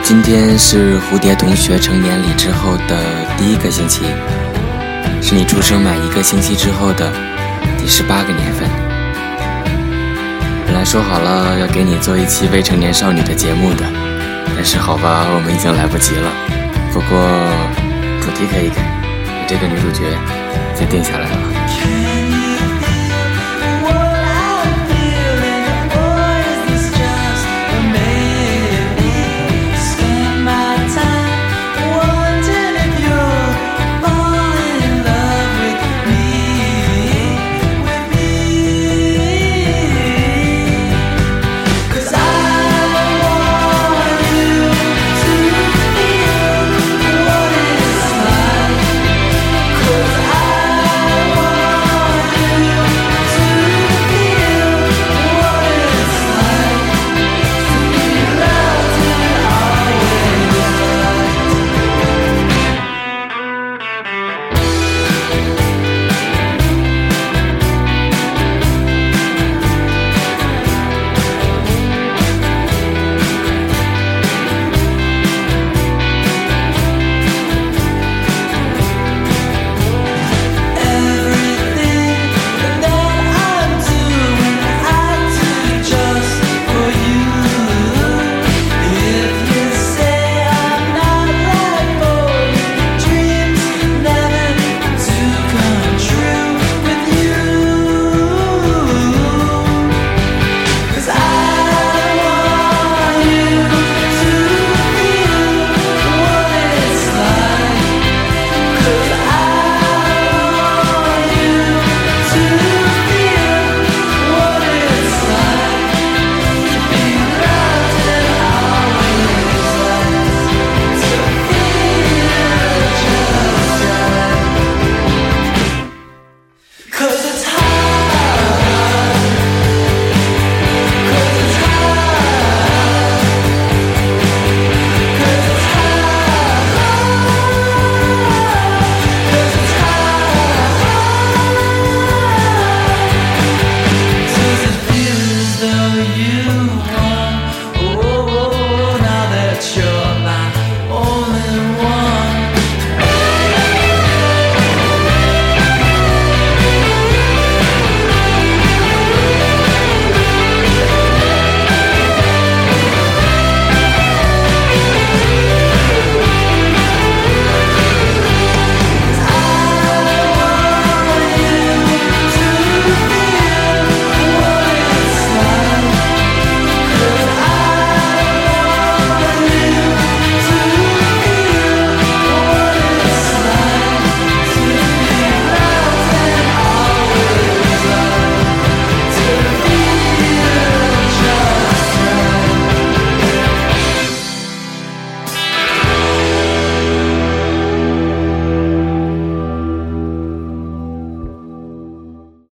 今天是蝴蝶同学成年礼之后的第1个星期，是你出生满1个星期之后的第18个年份。本来说好了要给你做一期未成年少女的节目的，但是好吧，我们已经来不及了。不过主题可以改，你这个女主角就定下来了。